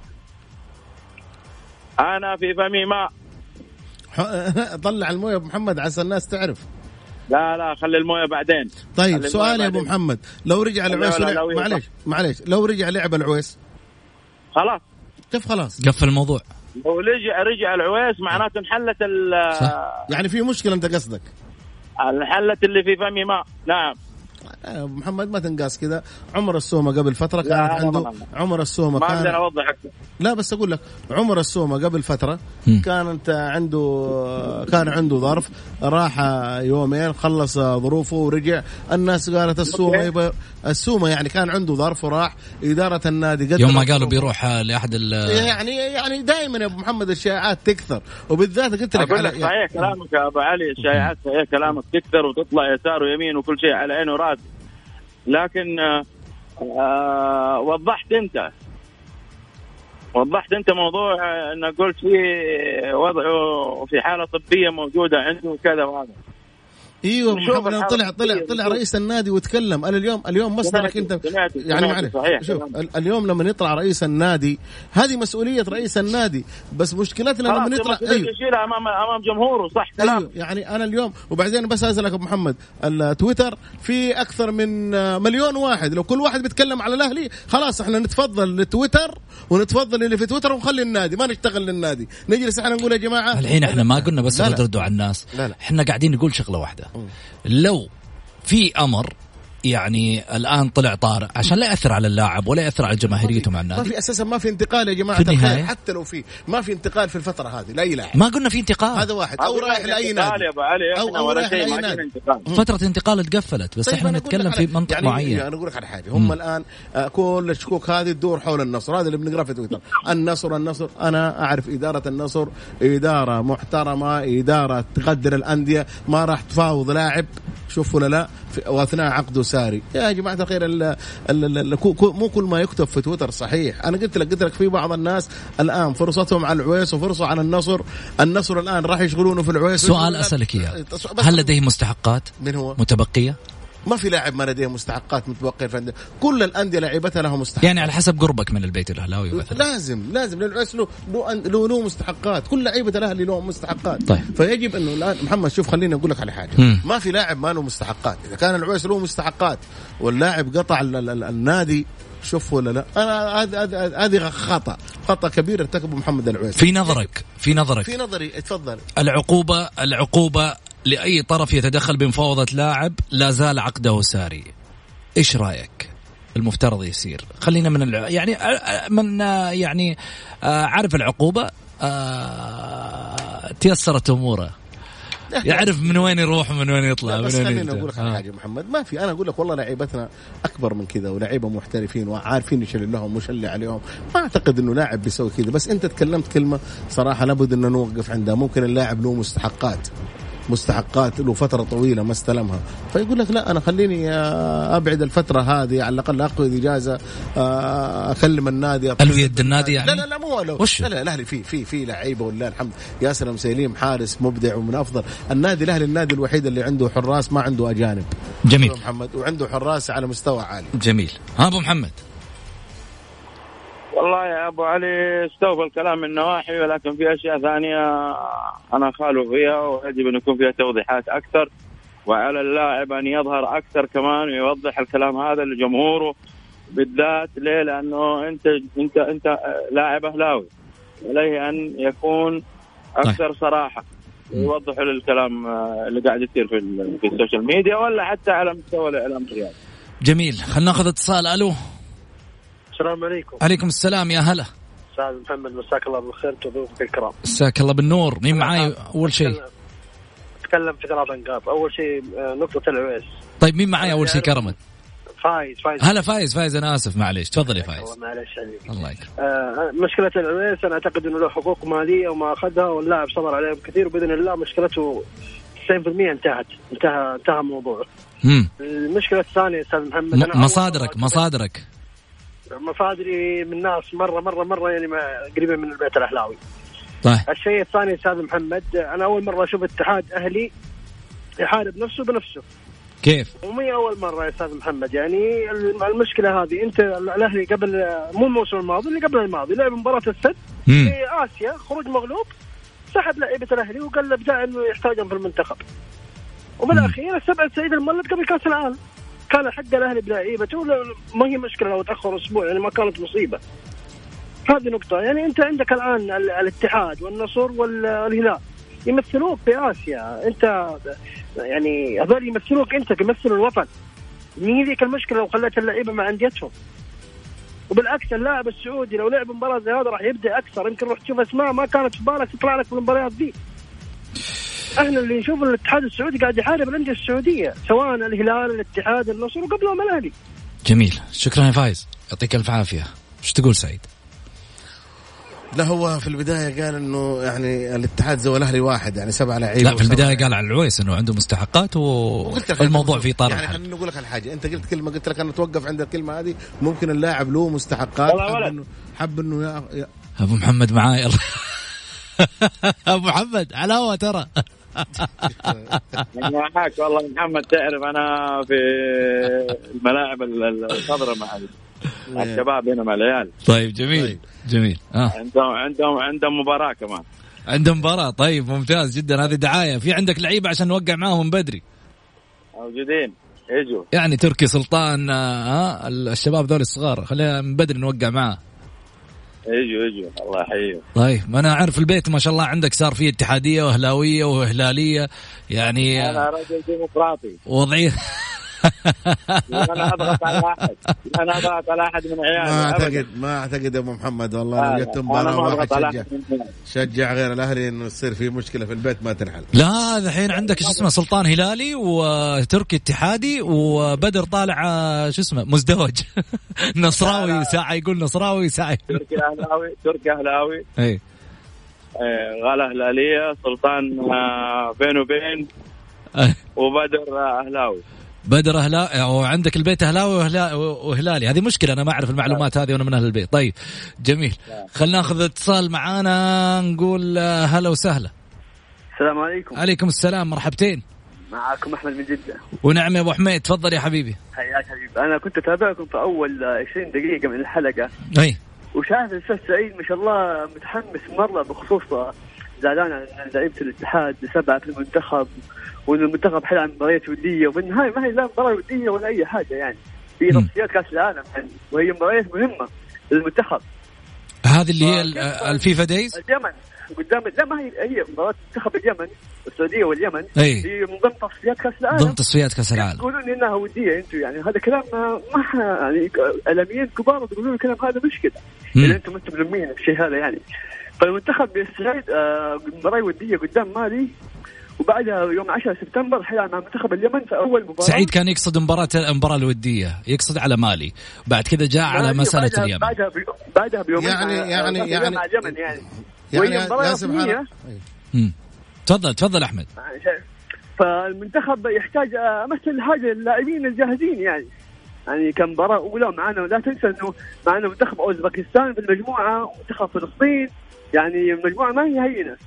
أنا في فمي ما طلع المويه يا ابو محمد عشان الناس تعرف. لا خلي المويه بعدين. طيب سؤال يا ابو محمد، لو رجع العويس معليش لو رجع لعب العويس خلاص كيف خلاص قفل الموضوع. لو رجع العويس معناته انحلت يعني في مشكله انت قصدك انحلت اللي في فمي ما. نعم محمد ما تنقاس كذا. عمر السومة قبل فترة كانت عنده عمر السومة ما أقدر أوضح أكثر. لا بس أقول لك عمر السومة قبل فترة كان عنده ظرف، راح يومين خلص ظروفه ورجع. الناس قالت السومة يعني كان عنده ظرف وراح. إدارة النادي يوم ما قالوا بيروح لأحد يعني دائما يا أبو محمد الشائعات تكثر، وبالذات قلت لك على صحيح كلامك يا أبو علي. الشائعات صحيح كلامك تكثر وتطلع يسار ويمين وكل شيء على عينه وراسه. لكن وضحت انت موضوع انك قلت فيه وضعه في حالة طبية موجودة عنده وكذا وهذا. ايوه محمد طلع رئيس النادي وتكلم. انا اليوم مصدرك انت يعني معلش. شوف اليوم لما يطلع رئيس النادي هذه مسؤوليه رئيس النادي، بس مشكلتنا لما نطلع يشيلها امام جمهوره. صح كلام. أيوه يعني انا اليوم وبعدين بس اسالك ابو محمد، التويتر في اكثر من 1,000,000 واحد، لو كل واحد بيتكلم على الاهلي خلاص احنا نتفضل للتويتر ونتفضل اللي في تويتر ونخلي النادي ما نشتغل للنادي. نجلس احنا نقول يا جماعه الحين احنا ما قلنا بس ردوا على الناس. لا. احنا قاعدين نقول شغله واحده. لو في أمر يعني الآن طلع طارئ عشان لا يأثر على اللاعب ولا يأثر على جماهيريته مع النادي. ما في أساسا ما في انتقال يا جماعة الخير. حتى لو في ما في انتقال في الفترة هذه لأي لاعب. ما قلنا في انتقال. هذا واحد أو رايح لأي نادي أو رايح لأي نادي. فترة انتقال تقفلت بس احنا نتكلم في منطقة يعني معين. أنا أقول لك على حاجة. هم الآن كل الشكوك هذه تدور حول النصر. هذا اللي بنقرأ في تويتر. النصر أنا أعرف إدارة النصر إدارة محترمة، إدارة تقدر الأندية، ما راح تفاوض لاعب شوف ولا لا واثناء عقده ساري. يا جماعه الخير مو كل ما يكتب في تويتر صحيح. انا قلت لك في بعض الناس الان فرصتهم على العويس وفرصه على النصر الان راح يشغلونه في العويس. سؤال اسالك اياه، هل لديه مستحقات من هو متبقيه؟ ما في لاعب ما لديه مستحقات متبقية في كل الأندية لاعبتها لها مستحقات. يعني على حسب قربك من البيت الأهلاوي مثلا. لازم للعويس له مستحقات. كل لعيبة الأهلي له مستحقات. طيب. فيجب إنه الآن محمد شوف خليني أقول لك على حاجة. ما في لاعب ما له مستحقات. إذا كان العويس له مستحقات واللاعب قطع النادي شوف ولا لا، أنا هذه خطأ كبير ارتكبه محمد العويس. في نظري اتفضل. العقوبة لأي طرف يتدخل بمفاوضة لاعب لا زال عقده ساري. إيش رأيك المفترض يصير؟ خلينا يعني عارف العقوبة تيسرت أموره، يعرف من وين يروح ومن وين يطلع. بس خليني أقول لك حاجة محمد، ما في. أنا أقول لك والله لعيبتنا أكبر من كذا ولاعيبة محترفين وعارفين إيش اللي لهم وش اللي عليهم. ما أعتقد إنه لاعب بيسوي كذا. بس أنت تكلمت كلمة صراحة لابد إنه نوقف عندها. ممكن اللاعب له مستحقات له فترة طويلة ما استلمها، فيقول لك لا أنا خليني أبعد الفترة هذه على الأقل أخذ إجازة أكلم النادي الويد النادي يعني. لا مو لا الأهلي في لعيبة والله الحمد. ياسر مسيليم حارس مبدع ومن أفضل النادي الأهلي النادي الوحيد اللي عنده حراس ما عنده أجانب. جميل محمد وعنده حراس على مستوى عالي. جميل. ها أبو محمد. والله يا أبو علي استوفى الكلام من نواحي، ولكن في أشياء ثانية أنا خالف فيها ويجب أن يكون فيها توضيحات أكثر، وعلى اللاعب أن يظهر أكثر كمان ويوضح الكلام هذا لجمهوره بالذات. ليه؟ لأنه أنت لاعب أهلاوي، عليه أن يكون أكثر صراحة يوضح الكلام اللي قاعد يصير في السوشيال ميديا ولا حتى على مستوى الإعلام الرياضي. جميل. خلنا ناخذ اتصال. ألو. السلام عليكم. عليكم السلام يا هلا. سعد محمد مساك الله بالخير وضيوفك الكرام. مساك الله بالنور. مين معاي أول شيء؟ أتكلم في 3 نقاط. أول شيء نقطة العويس. طيب مين معاي أول شيء؟ كرمت. فايز. هلا فايز أنا آسف معليش تفضل يا فايز. معليش الله يكرم. مشكلة العويس أنا أعتقد إنه له حقوق مالية وما أخذها واللاعب صبر عليهم كثير وبإذن الله مشكلته 90% انتهى موضوعه. المشكلة الثانية أستاذ محمد مصادرك مصادري من ناس مرة يعني قريبة من البيت الأهلاوي. طيب. الشيء الثاني أستاذ محمد، أنا أول مرة أشوف اتحاد أهلي يحارب نفسه بنفسه. كيف؟ ومي أول مرة يا أستاذ محمد. يعني المشكلة هذه أنت الأهلي قبل مو الموسم الماضي اللي قبل الماضي لعب مباراة السد في آسيا خروج مغلوب، سحب لعيبة الأهلي وقال لبدأ إنه يحتاجهم في المنتخب، وبالأخير السبع سعيد المولد قبل كأس العالم كان حق الأهلي بلعيبته. ما هي مشكلة لو تأخر أسبوع يعني ما كانت مصيبة. هذه نقطة. يعني أنت عندك الآن الاتحاد والنصر والهلال يمثلوك في آسيا، أنت يعني هذول يمثلوك، أنت تمثل الوطن. مين ذيك المشكلة لو خليت اللعيبة مع أنديتهم؟ وبالعكس اللاعب السعودي لو لعب مباراة زي هذا راح يبدأ أكثر. يمكن روح تشوف أسماء ما كانت في بالك تطلع لك في المباريات دي. احنا اللي نشوف الاتحاد السعودي قاعد يحارب الأندية السعودية سواء الهلال الاتحاد النصر وقبلهم الأهلي. جميل. شكرا يا فايز يعطيك الف عافية. ايش تقول سعيد؟ لا هو في البداية قال انه يعني الاتحاد زي الاهلي واحد يعني 7 لعيبة. لا في البداية قال على العويس انه عنده مستحقات والموضوع في طرح. يعني خلينا نقول لك الحاجة، انت قلت كلمة قلت لك انا توقف عند الكلمة هذه. ممكن اللاعب له مستحقات حب انه ابو محمد معاي ابو محمد على هوا ترى أنا معك والله محمد. تعرف أنا في الملاعب الخضراء مع الشباب هنا مع العيال. طيب جميل جميل. عندهم مباراة كمان. عندهم مباراة. طيب ممتاز جدا. هذه دعاية. في عندك لعيبة عشان نوقع معاهم من بدري موجودين يجوا يعني تركي سلطان الشباب ذول الصغار خلينا من بدري نوقع معاه. يجوا الله يحييهم. طيب ما أنا أعرف البيت ما شاء الله عندك صار فيه اتحادية وأهلاوية وهلالية يعني. أنا رجل ديمقراطي وضعية. أنا أضغط على أحد من عيالي. ما أعتقد يا أبو محمد والله. لو جت مباراة واحد شجع غير الأهلي إنه يصير في مشكلة في البيت ما تنحل. لا الحين عندك شو اسمه سلطان هلالي وتركي اتحادي وبدر طالع شو اسمه مزدوج. نصراوي ساعة يقول نصراوي ساعة تركي أهلاوي. إيه غالة هلالية. سلطان بين وبين. وبدر أهلاوي. بدر أهلاوي. وعندك البيت أهلاوي وهلالي. هذه مشكلة أنا ما أعرف المعلومات هذه وأنا من أهل البيت. طيب جميل. خلنا نأخذ اتصال معانا نقول هلا وسهلا. السلام عليكم. عليكم السلام مرحبتين. معكم أحمد من جدة. ونعم يا أبو حميد تفضل يا حبيبي. حياك حبيبي. أنا كنت أتابعكم في أول 20 دقيقة من الحلقة. أي. وشاهد الأستاذ سعيد ما شاء الله متحمس مرة بخصوص زعلان عن لعيبة الاتحاد 7 في المنتخب وإن المنتخب حيلعب مباريات ودية وفي النهاية ما هي لا مباراة ودية ولا أي حاجة يعني. في تصفيات كأس العالم يعني وهي مباريات مهمة للمنتخب. هذه اللي هي الفيفا دايز. اليمن قدام. لا ما هي مباراة منتخب اليمن والسعودية واليمن. أي. هي من ضمن تصفيات كأس العالم. ضمن تصفيات كأس العالم. تقولون إنها ودية أنتم يعني هذا كلام ما يعني إعلاميين كبار تقولون الكلام هذا مش كده. إذا أنتم ملمين الشيء هذا يعني. فالمنتخب بيستعد مباراة ودية قدام مالي وبعدها يوم 10 سبتمبر حيلعب مع منتخب اليمن في أول مباراة. سعيد كان يقصد المباراة الودية يقصد على مالي بعد كذا جاء على مسألة اليمن بعدها بيومين يعني مع اليمن يعني يا سبحان الله. تفضل أحمد. فالمنتخب يحتاج مثل هذا اللاعبين الجاهزين يعني كمباراة أولى معنا. لا تنسى إنه معنا منتخب أوزبكستان في المجموعة ومنتخب فلسطين يعني المجموعة ما هي هينة.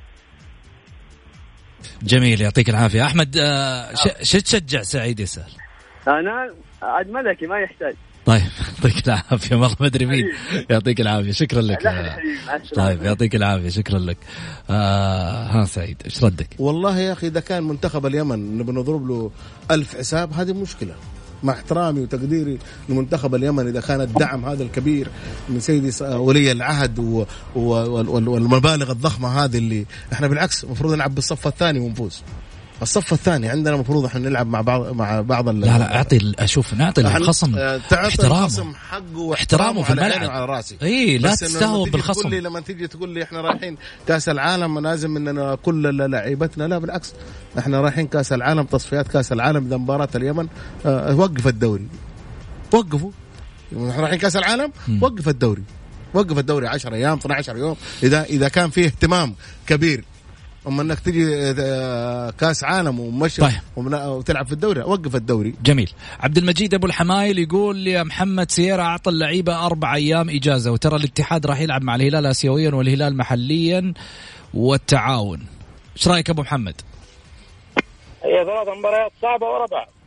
جميل يعطيك العافية أحمد. شو تشجع سعيد يسأل؟ أنا عاد ملكي ما يحتاج. طيب يعطيك العافية والله ما أدري مين. يعطيك العافية شكرا لك. طيب يعطيك العافية شكرا لك. ها سعيد إيش ردك؟ والله يا أخي إذا كان منتخب اليمن نبي نضرب له 1000 حساب هذه مشكلة. مع احترامي وتقديري لمنتخب اليمن إذا كان الدعم هذا الكبير من سيدي ولي العهد والمبالغ الضخمة هذه اللي احنا بالعكس مفروض نلعب بالصف الثاني ونفوز. الصف الثاني عندنا مفروض احنا نلعب مع بعض لا اعطي اشوف نعطي الخصم احترامه حقه واحترامه في الملعب على راسي. اي لا تستهون بالخصم. لما تيجي تقول لي احنا رايحين كاس العالم لازم اننا كل لعيبتنا لا بالعكس احنا رايحين كاس العالم تصفيات كاس العالم. اذا مباراة اليمن وقف الدوري وقفوا. احنا رايحين كاس العالم وقف الدوري 10 أيام 12 يوم اذا كان فيه اهتمام كبير. أما أنك تجي كاس عالم ومشي طيب. وتلعب في الدوري وقف الدوري. جميل. عبد المجيد أبو الحمايل يقول يا محمد سييرا أعطى اللعيبة 4 أيام إجازة وترى الاتحاد راح يلعب مع الهلال آسيويا والهلال محليا والتعاون. إيش رأيك أبو محمد؟ هي 3 مباريات صعبة ورا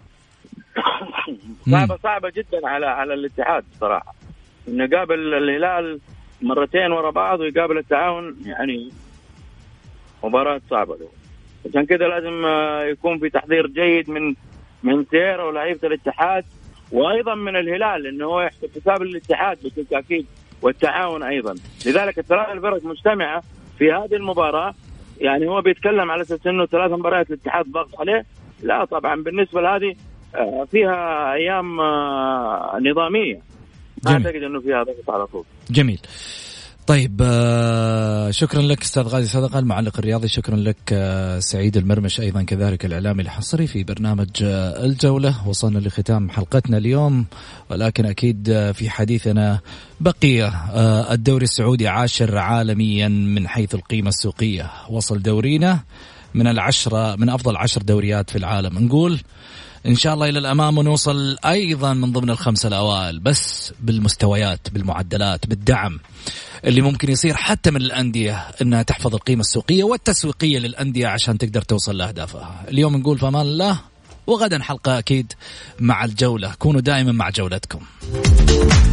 بعض. صعبة جدا على الاتحاد صراحة إنه قابل الهلال مرتين ورا بعض ويقابل التعاون يعني مباراة صعبة له. عشان كده لازم يكون في تحضير جيد من سييرا ولاعيبة الاتحاد وأيضا من الهلال إنه هو يحسب حساب الاتحاد بكل تأكيد والتعاون أيضا. لذلك الثلاث الفرق مجتمعة في هذه المباراة يعني هو بيتكلم على أساس إنه 3 مباريات الاتحاد ضغط عليه. لا طبعا بالنسبة لهذه فيها أيام نظامية ما أعتقد إنه فيها ضغط على طول. جميل. طيب شكرا لك أستاذ غازي صدقة المعلق الرياضي. شكرا لك سعيد المرمش أيضا كذلك الإعلامي الحصري في برنامج الجولة. وصلنا لختام حلقتنا اليوم ولكن أكيد في حديثنا بقية. الدوري السعودي 10 عالميا من حيث القيمة السوقية. وصل دورينا من أفضل 10 دوريات في العالم. نقول إن شاء الله إلى الأمام ونوصل أيضا من ضمن الخمسة الأوائل، بس بالمستويات، بالمعدلات، بالدعم اللي ممكن يصير حتى من الأندية أنها تحفظ القيمة السوقية والتسويقية للأندية عشان تقدر توصل لأهدافها. اليوم نقول فمان الله، وغدا حلقة أكيد مع الجولة. كونوا دائما مع جولتكم.